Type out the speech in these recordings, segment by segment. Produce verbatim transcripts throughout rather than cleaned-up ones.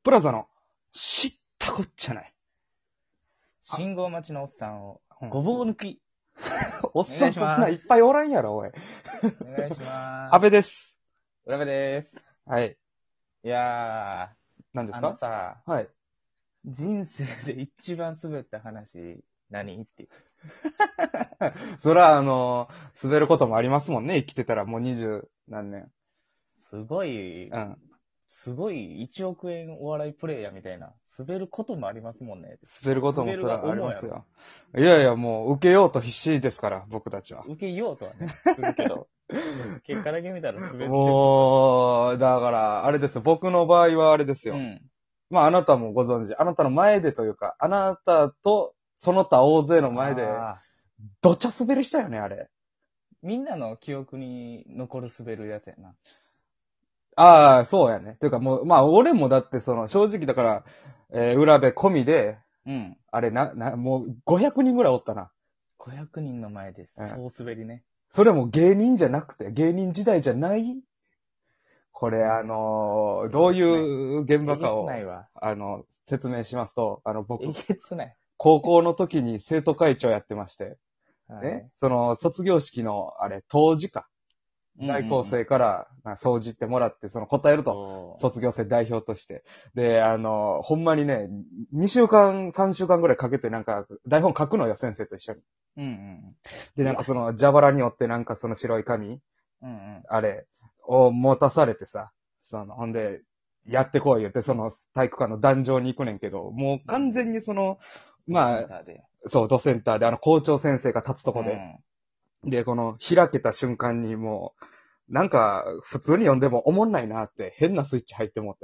プラザの知ったこっちゃない。 信号待ちのおっさんをうんごぼう抜き。 おっさんそんお願いしますないっぱいおらんやろ、おい。 お願いします。 安倍です。 浦部です。 はい。 いやー、あの何ですか？ さ、 はい。 人生で一番滑った話、何っていう。 そら、あのー、滑ることもありますもんね。生きてたらもう二十何年。 すごい、 うん。 すごいいちおくえんお笑いプレイヤーみたいな。滑ることもありますもんね。 滑ることも滑るがそらあり思うやろ。 ますよ。いやいや、もう受けようと必死ですから、僕たちは。 受けようとはね、するけど。結果だけ見たら滑ってる。 もう、だから、あれですよ。僕の場合はあれですよ。 うん。 まあ、あなたもご存知。あなたの前でというか、あなたとその他大勢の前で、 あどっちゃ滑りしたよね、あれ。 ーみんなの記憶に残る滑るやつやな。 ああ、そうやね。というかもう、まあ、俺もだってその、正直だから、えー、裏部込みで、 うん。 あれな、な、もうごひゃくにんぐらいおったな。 ごひゃくにんの前で、 うんそう滑りね。 それも芸人じゃなくて、芸人時代じゃないこれ、あのーどういう現場かえげつを、 ないわ。 あの、説明しますと、あの、 え僕、 げつない。 高校の時に生徒会長やってまして、 はね、その、卒業式の、あれ、当時か。 い。 在校生からまあ掃除ってもらって、その答えると、 と、 卒業生代表として。で、あの、ほんまにね、にしゅうかん、さんしゅうかんぐらいかけてなんか、台本書くのよ、先生と一緒に。 うんうんで、なんかその、蛇腹によってなんかその白い紙、 うん。うんうん。 あれ、を持たされてさ、その、ほんで、やってこい言って、その体育館の壇上に行くねんけど、もう完全にその、まあ、 センターで。 そう、ドセンターで、あの、校長先生が立つとこで、で、この、開けた瞬間にもう、なんか、普通に読んでもおもんないなって、変なスイッチ入ってもって。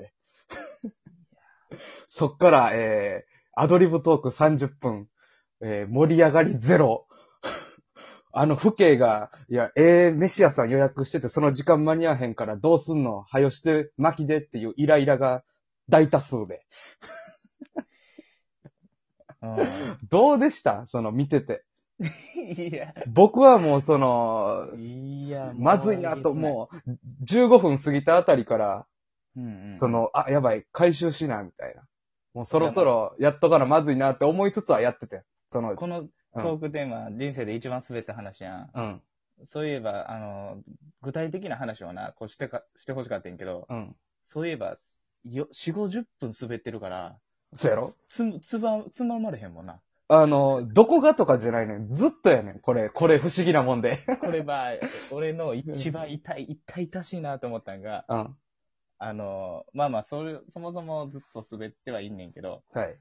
そっから、えー、アドリブトークさんじゅっぷん、えー、盛り上がりゼロ。あの、父兄が、いや、えー、飯屋さん予約してて、その時間間に合わへんからどうすんのはよして、巻きでっていうイライラが大多数で。 うん。うん。 どうでしたその、見てて。 いや、 僕はもうその、 いや、 まずいなと、 う。 もう、じゅうごふん過ぎたあたりから、 うんうんうん。 その、あ、やばい、回収しな、みたいな。もうそろそろやっとかなまずいなって思いつつはやってて。その、 このトークテーマ、人生で一番滑った話やん。 うん、 そういえば、あの、具体的な話をな、こうしてか、してほしかったんやけど、 うん。 そういえば、よ、よん、ごじゅっぷん滑ってるから、 そうやろつ、つば、つままれへんもんな。 あの、どこがとかじゃないねん。ずっとやねん。これ、これ不思議なもんで。 これまあ、俺の一番痛い、痛々しいなと思ったんが、 うん。 あの、まあまあ、それ、そもそもずっと滑ってはいんねんけど、 はい。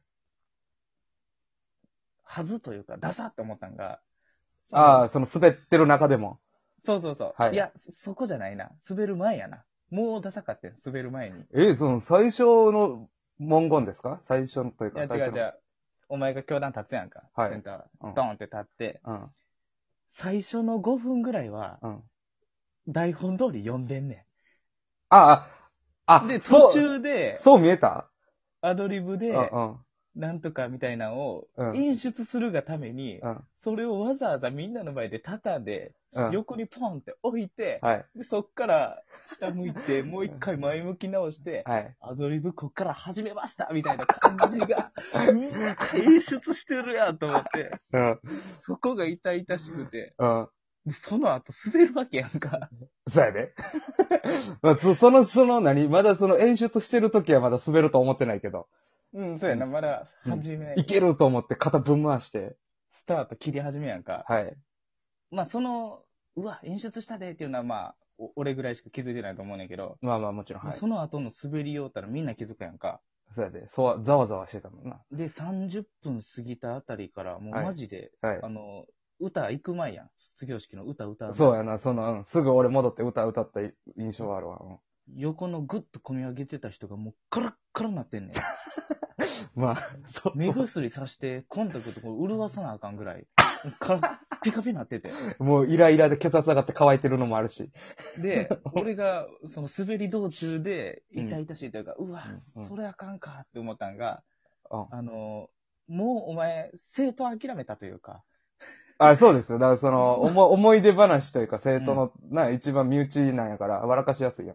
はずというか、ダサって思ったんが、そああ、 のその滑ってる中でも。 そうそうそう。 はいいや、そそこじゃないな。滑る前やな。もうダサかってん、滑る前に。いえ、その最初の文言ですか最初のというかや、違最初の。 う違う。お前が教壇立つやんか。 はいセンター、 うんドーンって立って、 うん。 最初のごふんぐらいは、 うん。 台本通り読んでんねああ、 ん。 あ、 で、途そう、 中で、 そう見えたアドリブうんで、 うん。 なんとかみたいなのをうん演出するがために、 うん。 それをわざわざみんなの前で畳んで、 うん横にポンって置いて、 はい。 でそっから下向いて、もう一回前向き直して、 はい。 アドリブこっから始めましたみたいな感じが、うわ、演出してるやんと思って、 うん。 そこが痛々しくて、 うん。 でその後滑るわけやんか。 そうやで。まあ、そその、その何、まだその演出してる時はまだ滑ると思ってないけど、 うん、そうやな、まだ始め、 いけると思って肩ぶん回して、 スタート切り始めやんか。 はい。 まあ、その、うわ、演出したでっていうのはまあ、お俺ぐらいしか気づいてないと思うねんけど、 まあまあもちろん、はい。 その後の滑りようたらみんな気づくやんか。 そうやで。そう、ざわざわしてたもんな。 で、さんじゅっぷん過ぎたあたりから、もうマジで、 はい。 あの、歌行く前やん。卒業式の歌歌う前。 そうやな、その、うん、すぐ俺戻って歌歌った印象はあるわ。うん横のグッと込み上げてた人がもうカラッカラになってんねん。 まあ、そう。 目薬さしてコンタクトこう潤さなあかんぐらい。カラッピカピなってて。 もうイライラで血圧上がって乾いてるのもあるし。 で、俺がその滑り道中で痛々しいというか、うわ、 うんそれあかんかって思ったんが、 うんあの、もうお前、生徒諦めたというか、 あ、そうですよ。だからその、思思い出話というか、生徒の、な、一番身内なんやから、笑かしやすいやんか。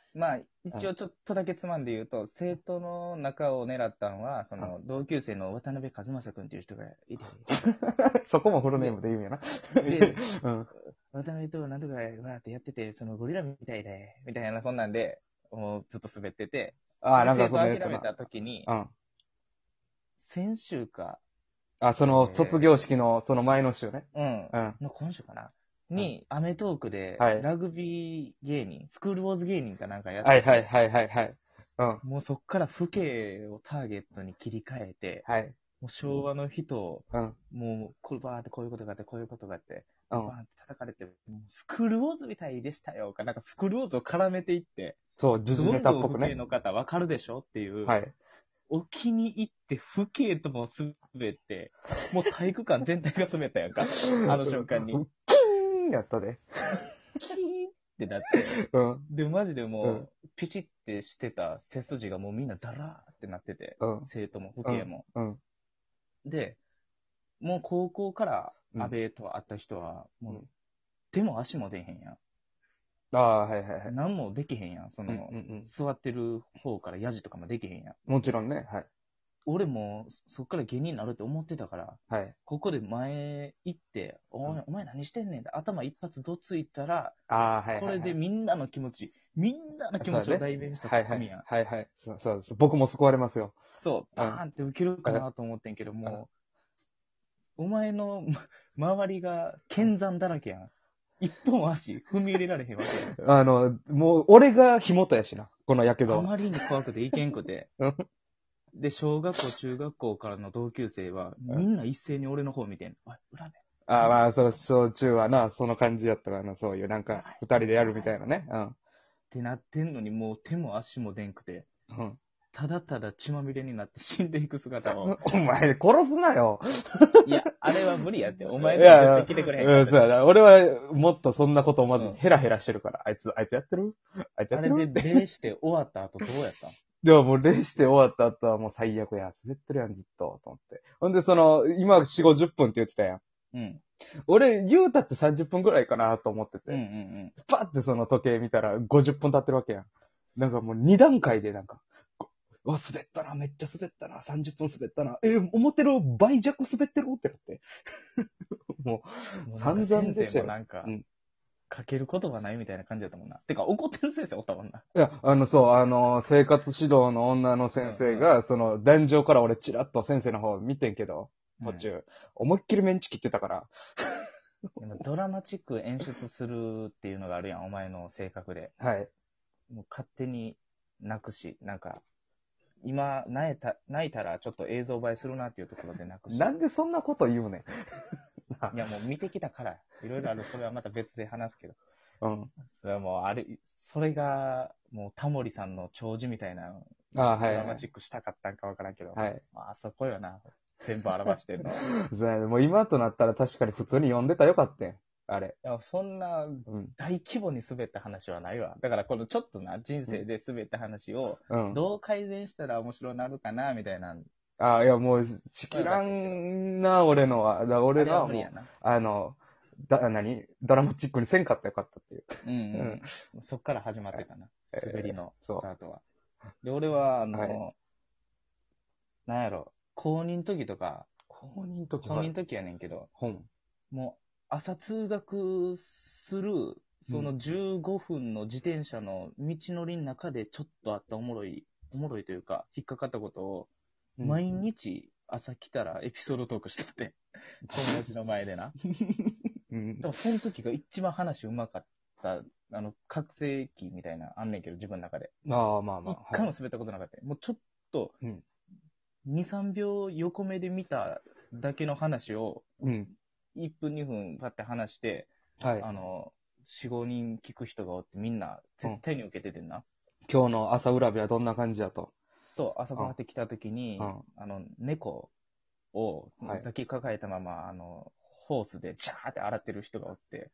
まあ、一応ちょっとだけつまんで言うと、生徒の中を狙ったのは、その、同級生の渡辺和正君っていう人がいて、 そこもフルネームで言うんやな。 で、 うん。 渡辺となんとかわーってやってて、そのゴリラみたいで、みたいな、そんなんで、もうずっと滑ってて、 ああ、 で、 なんか生徒そのやつな。 諦めた時に、 うん。 先週か、 あ、その卒業式のその前の週ね。 うん、 うん。 の今週かな、 うんに、アメトークでは、い。 ラグビー芸人、スクールウォーズ芸人かなんかやってて、 はいはいはいはいはい。うん。 もうそっから父兄をターゲットに切り替えて、 はい。 もう昭和の人を、 うん。 もう、これバーってこういうことがあって、こういうことがあって、 うんバーンって叩かれて、もうスクールウォーズみたいでしたよか、なんかスクールウォーズを絡めていって、 そう、時事ネどんどん父兄タっぽくね。 の方わかるでしょっていう、 はい。 お気に入って父兄とも滑って、もう体育館全体が滑ったやんか。あの瞬間に。 キーンやったで。 キーンってなって、 うん。 で、マジでうんもう、ピチってしてた背筋がもうみんなダラーってなってて、 うん。 生徒も父うん。 兄も。 うん。 で、もう高校からうん安倍と会った人は、もうんう手も足も出へんやん。 ああ、はいはいはい。 何もできへんやん。そうんの、 うんうん。 座ってる方からヤジとかもできへんやん。 もちろんね。はい。 俺もそっから芸人になるって思ってたから、 はい。 ここで前行って、おい、お前何してんねんって頭一発どついたら、 ああ、はいはい、 こはい。 れでみんなの気持ち、みんなの気持ちを代弁したツはいはい。 ッコミやん。 はいはい。そうそうです。僕も救われますよ。 そう、 うん。 バーンって受けるかなと思ってんけど、もう、お前のま周りが剣山だらけやん。一本足踏み入れられへんわけやん。 あの、もう、俺が火元やしな。このやけどは。 あまりに怖くていけんくてうん。 で、小学校、中学校からの同級生は、みんな一斉に俺の方見てんの。おい、裏で。 ああ、まあ、その、小中はな、その感じやったからな、そういう、なんか、二人でやるみたいなね。うん。 ってなってんのに、もう手も足も出んくて、 うん。 ただただ血まみれになって死んでいく姿を。 お前、殺すなよ。 いや、あれは無理やって。お前いやいやとは絶対来てくれへんから。 うん、そうやな。俺は、もっとそんなことをまずうんヘラヘラしてるから。あいつ、あいつやってるあいつやあってるれで礼して終わった後どうやったん？ でももう、レして終わった後はもう最悪や。滑ってるやん、ずっと。と思って。ほんで、その、今、よん、ごじゅっぷんって言ってたやん。 うん。 俺、言うたってさんじゅっぷんぐらいかなと思ってて。 うんうんうん。 パッてその時計見たらごじゅっぷん経ってるわけやん。なんかもうに段階でなんか、うわ、滑ったな、めっちゃ滑ったな、さんじゅっぷん滑ったな、え思ってる倍弱滑ってるってなって。もう、散々でしたよ。 もなんか、 うんかける言葉ないみたいな感じだったもんな。てか、怒ってる先生おったもんな。 いや、あの、そう、あの、生活指導の女の先生が、 うんその、壇上から俺チラッと先生の方見てんけど、途中、思いっきりメンチ切ってたから。 でもドラマチック演出するっていうのがあるやん、お前の性格で。 はい。 もう勝手に泣くし、なんか、今、泣いた、泣いたらちょっと映像映えするなっていうところで泣くし。 なんでそんなこと言うねん。 いや、もう見てきたから、いろいろある、それはまた別で話すけど。 うん。 それはもう、あれ、それが、もうタモリさんの長寿みたいな、 ああ、はい、 ドラマはい。 チックしたかったんかわからんけど、 はい。 まあ、あそこよな、全部表してるの。いそうやねもう今となったら確かに普通に読んでたらよかったん。あれ。 や、そんな、 うん。 大規模に滑った話はないわ。だから、このちょっとな、人生で滑った話を、 うん。 どう改善したら面白くなるかな、みたいな。 ああ、いやもう、しきらんな、俺のは。だから俺のはもう、 あれは無理やな。 あの、だ、何ドラマチックにせんかったらよかったっていう。 うんうん。そっから始まってたな。 えー滑りのスタそうートは。で、俺は、あの、 はいなんやろ、公認時とか、 公認時公認時やねんけど、 本。 もう、朝通学する、そのじゅうごふんの自転車の道のりの中でちょっとあったおもろい、おもろいというか、引っかかったことを、 うん毎日朝来たらエピソードトークしてて、友達の前でな。 うんでもその時が一番話うまかった、あの、覚醒器みたいなあんねんけど、自分の中で。 ああ、まあま一あ。はい回も滑ったことなかった。もうちょっと、 うんに、さんびょう横目で見ただけの話を、 うん。 いっぷん、にふんパって話して、 はい。 あの、よん、ごにん聞く人がおってみんな絶対に受けててんな。 今日の朝浦部はどんな感じだと。 そう、朝バーって来た時に、 うんあの、猫をはい抱きかかえたまま、あの、ホースでジャーって洗ってる人がおって、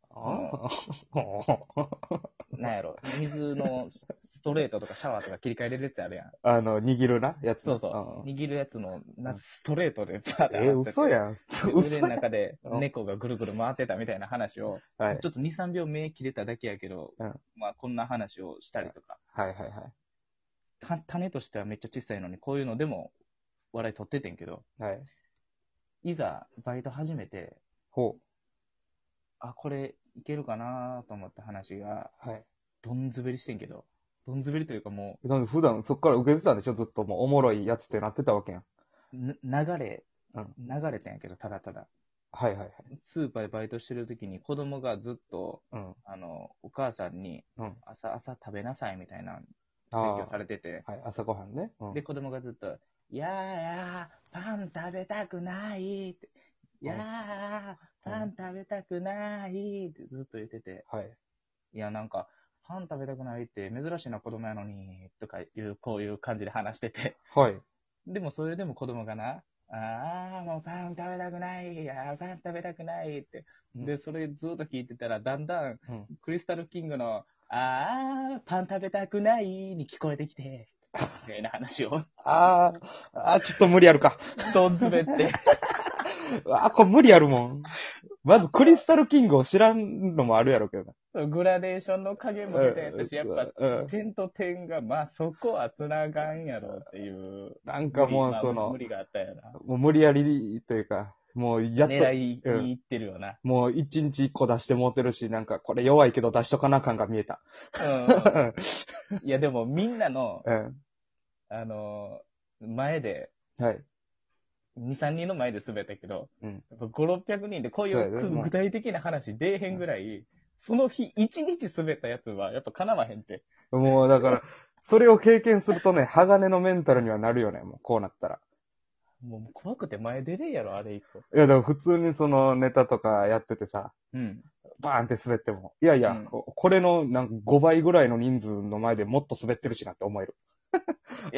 その、 あなんやろ、水のストレートとかシャワーとか切り替えれるやつあるやん。 あの、握るな、やつな。 そうそう。 ん握るやつの、なストレートでバーってえー、 洗ってて嘘やん。 で嘘腕のやん。 中でうん猫がぐるぐる回ってたみたいな話を、 はいちょっとに、さんびょう目切れただけやけど、 うんまあこんな話をしたりとか、 はいはいはい。 た種としてはめっちゃ小さいのに、こういうのでも笑い取っててんけど、 はい。 いざバイト始めて、 ほあ、これいけるかなと思った話が、 う。はい。 どんずべりしてんけど、どんずべりというかもなんで普段そっから受けてたんでしょずっともうおもろいやつってなってたわけやん。 う、な流れ、 うん流れてんやけど、ただただ。 はいはいはい。 スーパーでバイトしてる時に子供がずっと、 うん。 あの、お母さんに、 うん。 朝、朝食べなさいみたいなあ説教されてて、 はい。朝ごはんね。うん。 で、子供がずっと、いやーやー、パン食べたくないって、いやー、パン食べたくないってずっと言ってて、 はい。 いや、なんか、パン食べたくないって珍しいな子供やのに、とかいう、こういう感じで話してて。 はい。 でもそれでも子供がな、あー、もうパン食べたくない、いやー、パン食べたくないって。 うんで、それずっと聞いてたら、だんだん、 うん。 クリスタルキングの、あー、パン食べたくないに聞こえてきて、みたいな話を、 あー、あー、ちょっと無理あるか。 どん詰めって。 あー、これ無理あるもん。まずクリスタルキングを知らんのもあるやろうけどな。 グラデーションの加減も下手やったし、やっぱうん、 点と点が、まあそこは繋がんやろっていう。 なんかもう無理そのまあ無理があったよな。 もう無理やりというか、もうやっと、 狙いうんに行ってるよな。 もう一日一個出してもうてるし、なんかこれ弱いけど出しとかなあかんが見えた。 うん。いやでもみんなの、 うん。 あのー前で、 はい。 に、さんにんの前で滑ったけど、 うん。 やっぱご、ろっぴゃくにんでこういうそうやでもう具体的な話出えへんぐらい、その日いちにち滑ったやつはやっぱ叶わへんって。 もうだから、それを経験するとね、鋼のメンタルにはなるよね、もうこうなったら。 もう怖くて前出れんやろ、あれ一個。 いや、でも普通にそのネタとかやっててさ、 うん。 バーンって滑っても、いやいや、 うんこれのなんかごばいぐらいの人数の前でもっと滑ってるしなって思える。